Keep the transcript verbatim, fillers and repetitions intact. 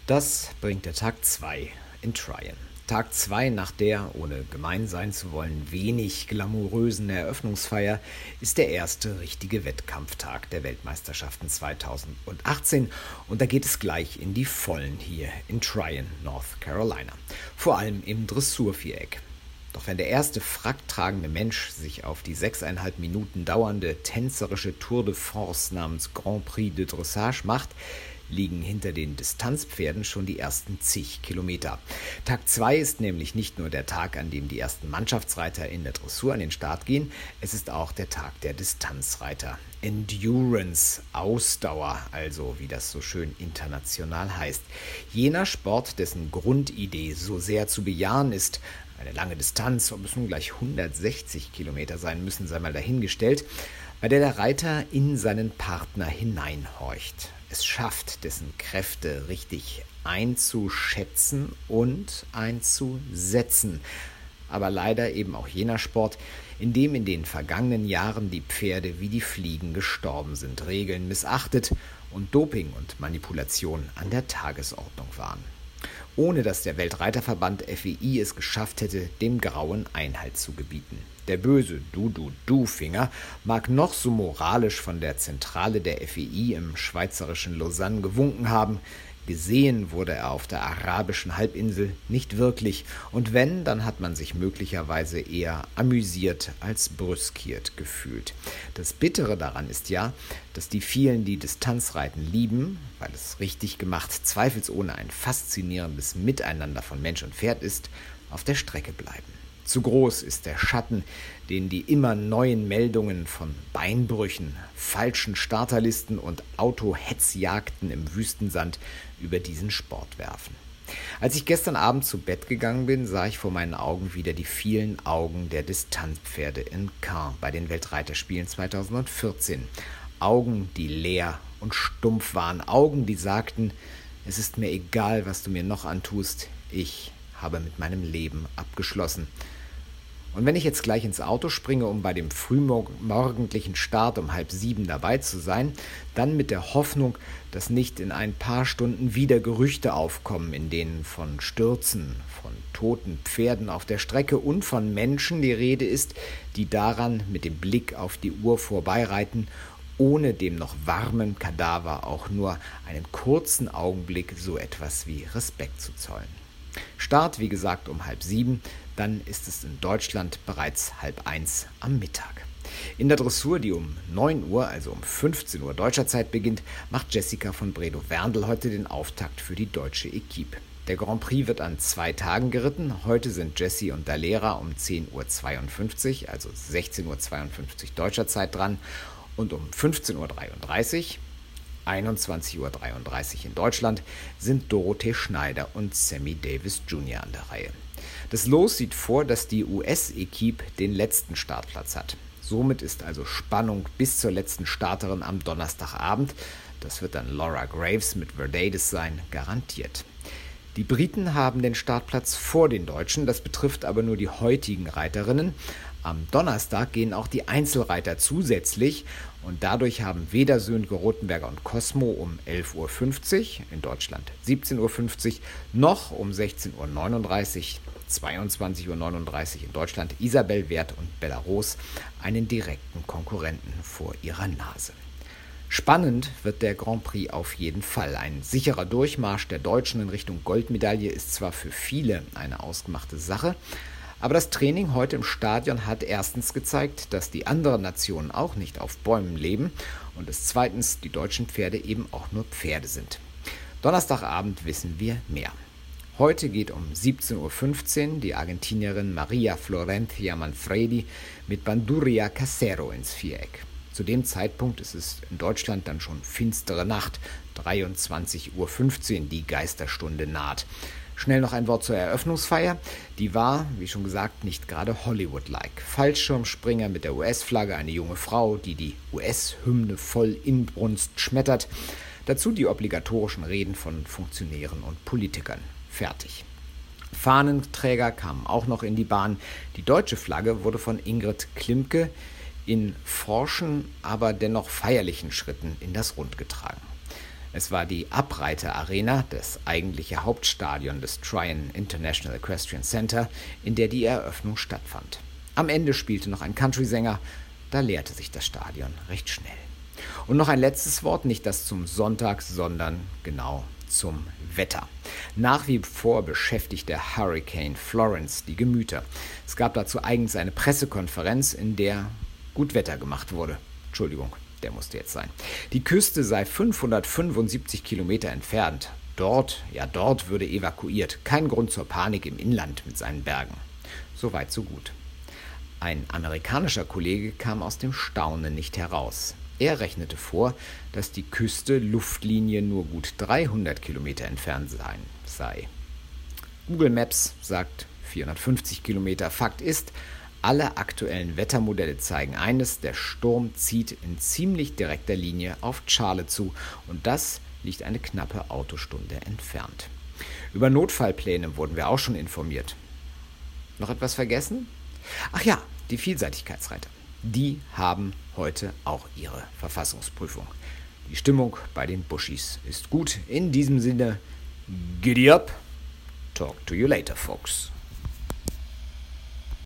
Das bringt der Tag zwei in Tryon. Tag zwei nach der, ohne gemein sein zu wollen, wenig glamourösen Eröffnungsfeier ist der erste richtige Wettkampftag der Weltmeisterschaften zweitausendachtzehn und da geht es gleich in die Vollen hier in Tryon, North Carolina. Vor allem im Dressurviereck. Doch wenn der erste fracktragende Mensch sich auf die sechseinhalb Minuten dauernde tänzerische Tour de France namens Grand Prix de Dressage macht, liegen hinter den Distanzpferden schon die ersten zig Kilometer. Tag zwei ist nämlich nicht nur der Tag, an dem die ersten Mannschaftsreiter in der Dressur an den Start gehen, es ist auch der Tag der Distanzreiter. Endurance, Ausdauer, also wie das so schön international heißt. Jener Sport, dessen Grundidee so sehr zu bejahen ist, eine lange Distanz, ob es nun gleich hundertsechzig Kilometer sein müssen, sei mal dahingestellt, bei der der Reiter in seinen Partner hineinhorcht. Es schafft, dessen Kräfte richtig einzuschätzen und einzusetzen. Aber leider eben auch jener Sport, in dem in den vergangenen Jahren die Pferde wie die Fliegen gestorben sind, Regeln missachtet und Doping und Manipulation an der Tagesordnung waren. Ohne dass der Weltreiterverband F E I es geschafft hätte, dem Grauen Einhalt zu gebieten. Der böse Du-Du-Du-Finger mag noch so moralisch von der Zentrale der F E I im schweizerischen Lausanne gewunken haben, gesehen wurde er auf der arabischen Halbinsel nicht wirklich, und wenn, dann hat man sich möglicherweise eher amüsiert als brüskiert gefühlt. Das Bittere daran ist ja, dass die vielen, die Distanzreiten lieben, weil es richtig gemacht zweifelsohne ein faszinierendes Miteinander von Mensch und Pferd ist, auf der Strecke bleiben. Zu groß ist der Schatten, den die immer neuen Meldungen von Beinbrüchen, falschen Starterlisten und Autohetzjagden im Wüstensand über diesen Sport werfen. Als ich gestern Abend zu Bett gegangen bin, sah ich vor meinen Augen wieder die vielen Augen der Distanzpferde in Caen bei den Weltreiterspielen zweitausendvierzehn. Augen, die leer und stumpf waren. Augen, die sagten, es ist mir egal, was du mir noch antust, ich habe mit meinem Leben abgeschlossen. Und wenn ich jetzt gleich ins Auto springe, um bei dem frühmorgendlichen Start um halb sieben dabei zu sein, dann mit der Hoffnung, dass nicht in ein paar Stunden wieder Gerüchte aufkommen, in denen von Stürzen, von toten Pferden auf der Strecke und von Menschen die Rede ist, die daran mit dem Blick auf die Uhr vorbeireiten, ohne dem noch warmen Kadaver auch nur einen kurzen Augenblick so etwas wie Respekt zu zollen. Start, wie gesagt, um halb sieben, dann ist es in Deutschland bereits halb eins am Mittag. In der Dressur, die um neun Uhr, also um fünfzehn Uhr deutscher Zeit beginnt, macht Jessica von Bredow-Werndl heute den Auftakt für die deutsche Equipe. Der Grand Prix wird an zwei Tagen geritten. Heute sind Jessie und Dalera um zehn Uhr zweiundfünfzig, also sechzehn Uhr zweiundfünfzig deutscher Zeit dran, und um fünfzehn Uhr dreiunddreißig, einundzwanzig Uhr dreiunddreißig in Deutschland, sind Dorothee Schneider und Sammy Davis Junior an der Reihe. Das Los sieht vor, dass die U S-Equipe den letzten Startplatz hat. Somit ist also Spannung bis zur letzten Starterin am Donnerstagabend, das wird dann Laura Graves mit Verdades sein, garantiert. Die Briten haben den Startplatz vor den Deutschen, das betrifft aber nur die heutigen Reiterinnen. Am Donnerstag gehen auch die Einzelreiter zusätzlich und dadurch haben weder Sönke Rothenberger und Cosmo um elf Uhr fünfzig, in Deutschland siebzehn Uhr fünfzig, noch um sechzehn Uhr neununddreißig, zweiundzwanzig Uhr neununddreißig in Deutschland Isabel Werth und Belarus einen direkten Konkurrenten vor ihrer Nase. Spannend wird der Grand Prix auf jeden Fall. Ein sicherer Durchmarsch der Deutschen in Richtung Goldmedaille ist zwar für viele eine ausgemachte Sache, aber das Training heute im Stadion hat erstens gezeigt, dass die anderen Nationen auch nicht auf Bäumen leben und es zweitens die deutschen Pferde eben auch nur Pferde sind. Donnerstagabend wissen wir mehr. Heute geht um siebzehn Uhr fünfzehn die Argentinierin Maria Florencia Manfredi mit Bandurria Casero ins Viereck. Zu dem Zeitpunkt ist es in Deutschland dann schon finstere Nacht, dreiundzwanzig Uhr fünfzehn, die Geisterstunde naht. Schnell noch ein Wort zur Eröffnungsfeier. Die war, wie schon gesagt, nicht gerade Hollywood-like. Fallschirmspringer mit der U S-Flagge, eine junge Frau, die die U S-Hymne voll Inbrunst schmettert. Dazu die obligatorischen Reden von Funktionären und Politikern. Fertig. Fahnenträger kamen auch noch in die Bahn. Die deutsche Flagge wurde von Ingrid Klimke in forschen, aber dennoch feierlichen Schritten in das Rund getragen. Es war die Abreiter Arena, das eigentliche Hauptstadion des Tryon International Equestrian Center, in der die Eröffnung stattfand. Am Ende spielte noch ein Country-Sänger, da leerte sich das Stadion recht schnell. Und noch ein letztes Wort, nicht das zum Sonntag, sondern genau zum Wetter. Nach wie vor beschäftigt der Hurricane Florence die Gemüter. Es gab dazu eigens eine Pressekonferenz, in der gut Wetter gemacht wurde. Entschuldigung, der musste jetzt sein. Die Küste sei fünfhundertfünfundsiebzig Kilometer entfernt. Dort, ja dort würde evakuiert. Kein Grund zur Panik im Inland mit seinen Bergen. Soweit so gut. Ein amerikanischer Kollege kam aus dem Staunen nicht heraus. Er rechnete vor, dass die Küste Luftlinie nur gut dreihundert Kilometer entfernt sein sei. Google Maps sagt vierhundertfünfzig Kilometer. Fakt ist, alle aktuellen Wettermodelle zeigen eines, der Sturm zieht in ziemlich direkter Linie auf Charlotte zu und das liegt eine knappe Autostunde entfernt. Über Notfallpläne wurden wir auch schon informiert. Noch etwas vergessen? Ach ja, die Vielseitigkeitsreiter. Die haben heute auch ihre Verfassungsprüfung. Die Stimmung bei den Buschis ist gut. In diesem Sinne, giddy up. Talk to you later, folks.